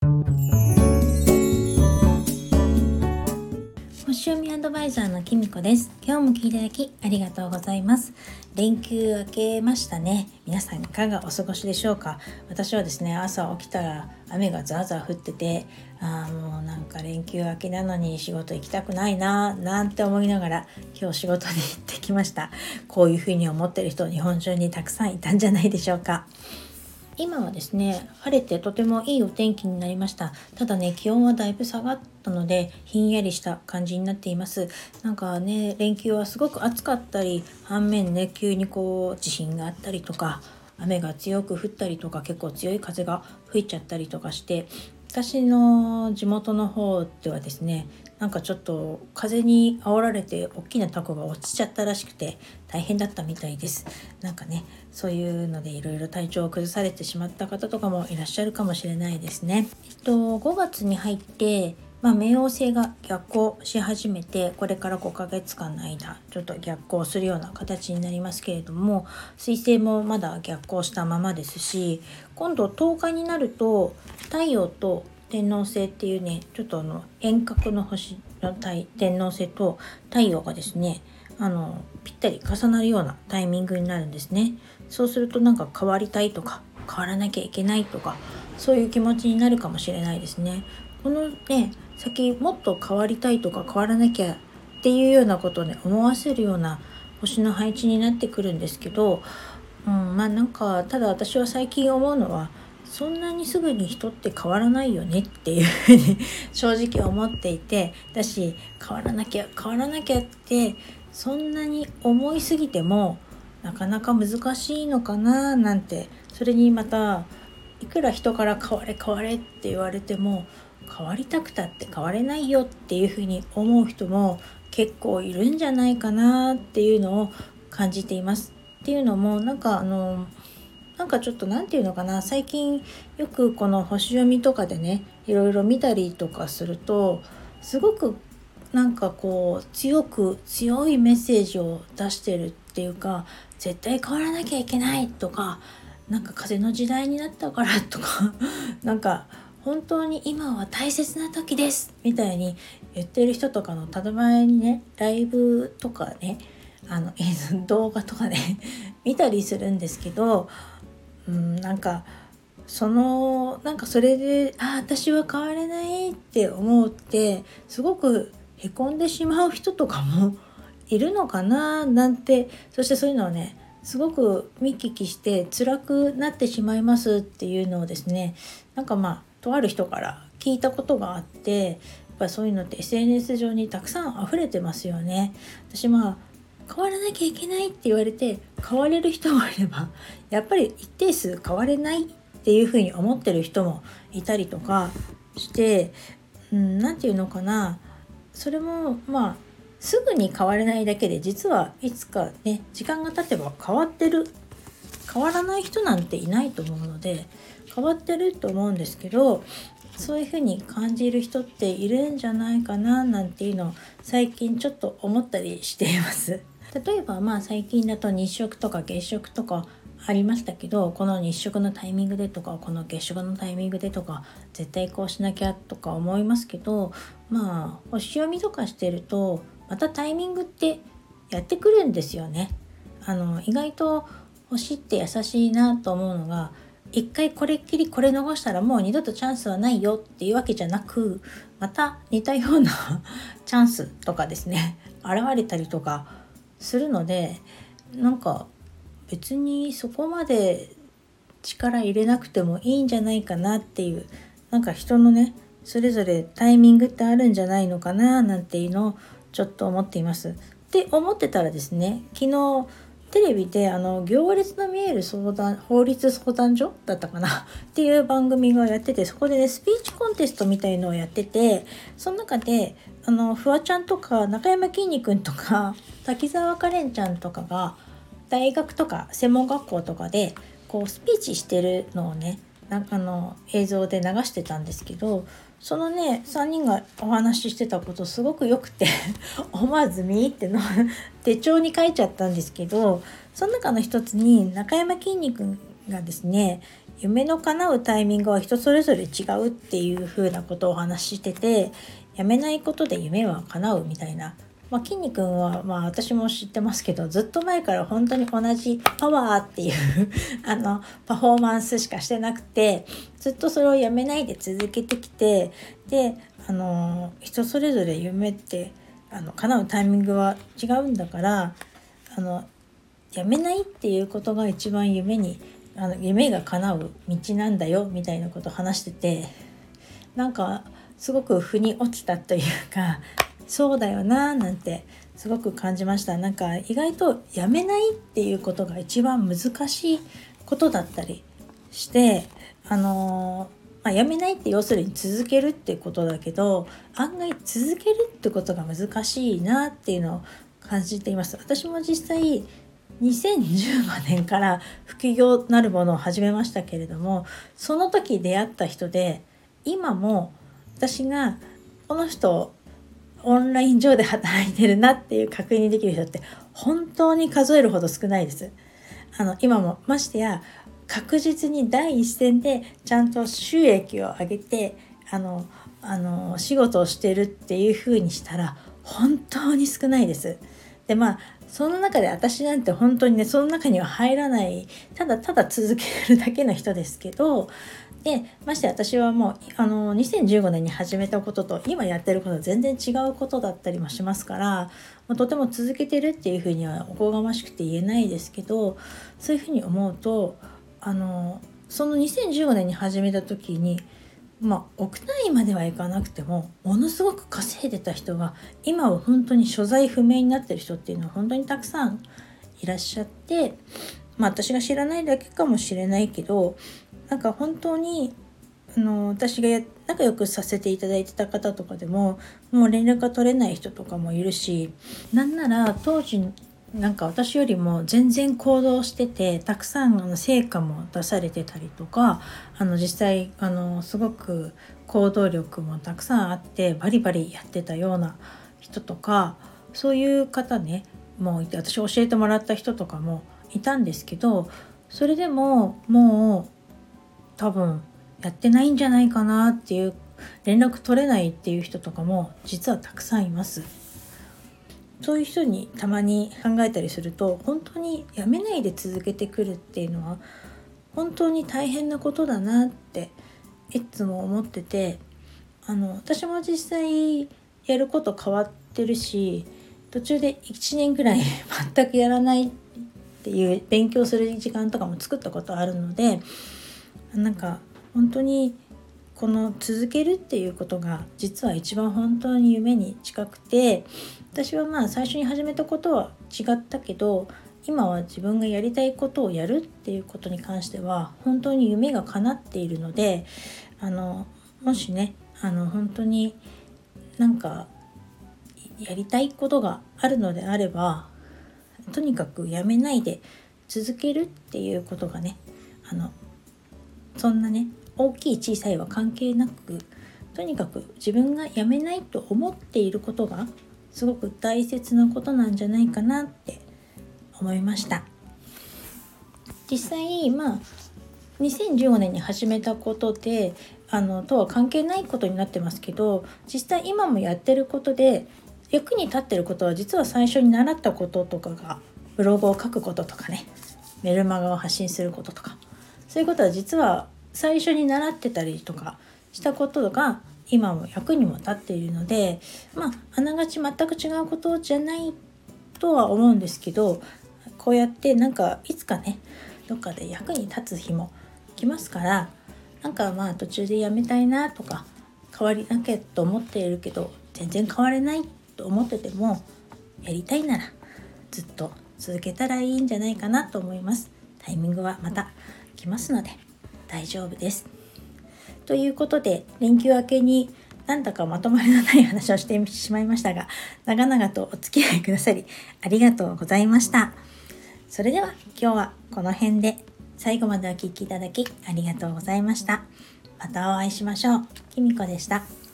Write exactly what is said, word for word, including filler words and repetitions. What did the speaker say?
星読みアドバイザーのきみこです。今日も聞いていただきありがとうございます。連休明けましたね。皆さんいかがお過ごしでしょうか。私はですね、朝起きたら雨がザーザー降ってて、あーもうなんか連休明けなのに仕事行きたくないななんて思いながら今日仕事に行ってきました。こういうふうに思ってる人日本中にたくさんいたんじゃないでしょうか。今はですね、晴れてとてもいいお天気になりました。ただね、気温はだいぶ下がったのでひんやりした感じになっています。なんかね、連休はすごく暑かったり、反面ね、急にこう地震があったりとか、雨が強く降ったりとか、結構強い風が吹いちゃったりとかして、私の地元の方ではですね、なんかちょっと風に煽られて大きなタコが落ちちゃったらしくて大変だったみたいです。なんかね、そういうのでいろいろ体調を崩されてしまった方とかもいらっしゃるかもしれないですね。えっとごがつに入ってまあ、冥王星が逆行し始めて、これからごかげつかんの間ちょっと逆行するような形になりますけれども、水星もまだ逆行したままですし、今度とおかになると太陽と天王星っていうね、ちょっとあの遠隔の星の天王星と太陽がですね、あのぴったり重なるようなタイミングになるんですね。そうするとなんか変わりたいとか変わらなきゃいけないとか、そういう気持ちになるかもしれないですね。このね、先もっと変わりたいとか変わらなきゃっていうようなことをね、思わせるような星の配置になってくるんですけど、うん、まあなんかただ私は最近思うのは、そんなにすぐに人って変わらないよねっていうふうに正直思っていて、だし変わらなきゃ変わらなきゃってそんなに思いすぎてもなかなか難しいのかななんて、それにまたいくら人から変われ変われって言われても、変わりたくたって変われないよっていうふうに思う人も結構いるんじゃないかなっていうのを感じています。っていうのもなんかあのなんかちょっとなんていうのかな、最近よくこの星読みとかでね、いろいろ見たりとかすると、すごくなんかこう強く強いメッセージを出してるっていうか、絶対変わらなきゃいけないとか、なんか風の時代になったからとかなんか本当に今は大切な時ですみたいに言ってる人とかのただ前にね、ライブとかね、あの映像動画とかね見たりするんですけど、うん、なんかそのなんかそれであ私は変われないって思うってすごくへこんでしまう人とかもいるのかななんて、そしてそういうのをねすごく見聞きして辛くなってしまいますっていうのをですね、なんかまあとある人から聞いたことがあって、やっぱそういうのって エスエヌエス 上にたくさん溢れてますよね。私まあ変わらなきゃいけないって言われて変われる人もいれば、やっぱり一定数変われないっていうふうに思ってる人もいたりとかして、うん、なんていうのかな、それもまあすぐに変われないだけで、実はいつかね時間が経てば変わってる、変わらない人なんていないと思うので変わってると思うんですけど、そういう風に感じる人っているんじゃないかななんていうのを最近ちょっと思ったりしています。例えばまあ最近だと日食とか月食とかありましたけど、この日食のタイミングでとかこの月食のタイミングでとか絶対こうしなきゃとか思いますけど、まあ星読みとかしてるとまたタイミングってやってくるんですよね。あの意外と星って優しいなと思うのが、一回これっきりこれ逃したらもう二度とチャンスはないよっていうわけじゃなく、また似たようなチャンスとかですね現れたりとかするので、なんか別にそこまで力入れなくてもいいんじゃないかなっていう、なんか人のねそれぞれタイミングってあるんじゃないのかななんていうのをちょっと思っています。って思ってたらですね、昨日テレビであの行列の見える相談法律相談所だったかなっていう番組がやってて、そこでねスピーチコンテストみたいのをやってて、その中であのフワちゃんとか中山きんに君とか滝沢カレンちゃんとかが大学とか専門学校とかでこうスピーチしてるのをね、なんかあの映像で流してたんですけど、そのねさんにんがお話ししてたことすごくよくて思わず見入っての手帳に書いちゃったんですけど、その中の一つに中山きんに君がですね夢の叶うタイミングは人それぞれ違うっていう風なことをお話ししてて、やめないことで夢は叶うみたいな、まあ、きんに君はまあ私も知ってますけど、ずっと前から本当に同じパワーっていうあのパフォーマンスしかしてなくて、ずっとそれをやめないで続けてきて、であの人それぞれ夢ってあの叶うタイミングは違うんだから、あのやめないっていうことが一番夢にあの夢が叶う道なんだよみたいなことを話してて、なんかすごく腑に落ちたというか、そうだよななんてすごく感じました。なんか意外とやめないっていうことが一番難しいことだったりして、あのーまあ、やめないって要するに続けるってことだけど、案外続けるってことが難しいなっていうのを感じています。私も実際にせんじゅうごねんから副業なるものを始めましたけれども、その時出会った人で今も私がこの人オンライン上で働いてるなっていう確認できる人って本当に数えるほど少ないです。あの今もましてや確実に第一線でちゃんと収益を上げてあのあの仕事をしてるっていう風にしたら本当に少ないです。でまあその中で私なんて本当にね、その中には入らない、ただただ続けるだけの人ですけど、でまして私はもうあのにせんじゅうごねんに始めたことと今やってることは全然違うことだったりもしますから、まあ、とても続けてるっていうふうにはおこがましくて言えないですけど、そういうふうに思うと、あのそのにせんじゅうごねんに始めた時に、まあ億単位まではいかなくてもものすごく稼いでた人が今は本当に所在不明になってる人っていうのは本当にたくさんいらっしゃって、まあ私が知らないだけかもしれないけど、なんか本当にあの私が仲良くさせていただいてた方とかでももう連絡が取れない人とかもいるし、なんなら当時なんか私よりも全然行動しててたくさんあの成果も出されてたりとか、あの実際あのすごく行動力もたくさんあってバリバリやってたような人とか、そういう方ねもういて、私教えてもらった人とかもいたんですけど、それでももう多分やってないんじゃないかなっていう、連絡取れないっていう人とかも実はたくさんいます。そういう人にたまに考えたりすると、本当にやめないで続けてくるっていうのは本当に大変なことだなっていつも思ってて、あの私も実際やること変わってるし、途中でいちねんぐらい全くやらないっていう勉強する時間とかも作ったことあるので、なんか本当にこの続けるっていうことが実は一番本当に夢に近くて、私はまあ最初に始めたことは違ったけど、今は自分がやりたいことをやるっていうことに関しては本当に夢が叶っているので、あのもしねあの本当になんかやりたいことがあるのであれば、とにかくやめないで続けるっていうことがね、あのそんなね大きい小さいは関係なく、とにかく自分がやめないと思っていることがすごく大切なことなんじゃないかなって思いました。実際まあにせんじゅうごねんに始めたことであのとは関係ないことになってますけど、実際今もやってることで役に立ってることは、実は最初に習ったこととかが、ブログを書くこととかね、メルマガを発信することとか、そういうことは実は最初に習ってたりとかしたことが今も役にも立っているので、まああながち全く違うことじゃないとは思うんですけど、こうやってなんかいつかねどっかで役に立つ日も来ますから、なんかまあ途中でやめたいなとか変わりなきゃと思っているけど全然変われないと思ってても、やりたいならずっと続けたらいいんじゃないかなと思います。タイミングはまた来ますので大丈夫です。ということで、連休明けになんだかまとまりのない話をしてしまいましたが、長々とお付き合いくださりありがとうございました。それでは今日はこの辺で、最後までお聞きいただきありがとうございました。またお会いしましょう。きみこでした。